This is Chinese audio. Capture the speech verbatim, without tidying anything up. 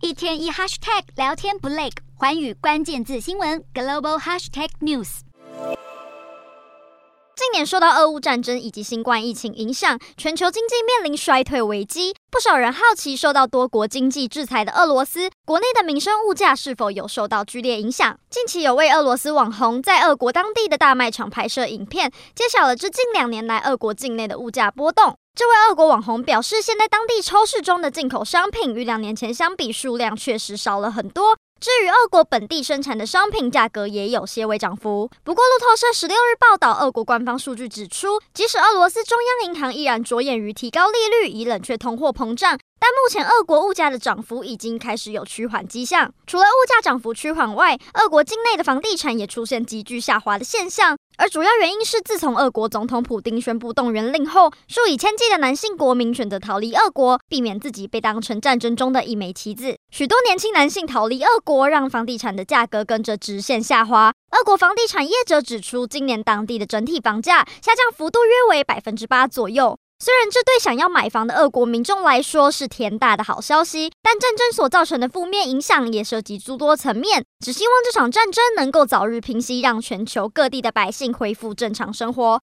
一天一 hashtag 聊天不累，寰宇关键字新闻 global hashtag news。 近年受到俄乌战争以及新冠疫情影响，全球经济面临衰退危机。不少人好奇，受到多国经济制裁的俄罗斯，国内的民生物价是否有受到剧烈影响？近期有位俄罗斯网红在俄国当地的大卖场拍摄影片，揭晓了这近两年来俄国境内的物价波动。这位俄国网红表示，现在当地超市中的进口商品与两年前相比，数量确实少了很多。至于俄国本地生产的商品价格也有些微涨幅。不过路透社十六日报道，俄国官方数据指出，即使俄罗斯中央银行依然着眼于提高利率以冷却通货膨胀，但目前俄国物价的涨幅已经开始有趋缓迹象。除了物价涨幅趋缓外，俄国境内的房地产也出现急剧下滑的现象。而主要原因是，自从俄国总统普丁宣布动员令后，数以千计的男性国民选择逃离俄国，避免自己被当成战争中的一枚棋子。许多年轻男性逃离俄国，让房地产的价格跟着直线下滑。俄国房地产业者指出，今年当地的整体房价下降幅度约为百分之八左右。虽然这对想要买房的俄国民众来说是天大的好消息，但战争所造成的负面影响也涉及诸多层面。只希望这场战争能够早日平息，让全球各地的百姓恢复正常生活。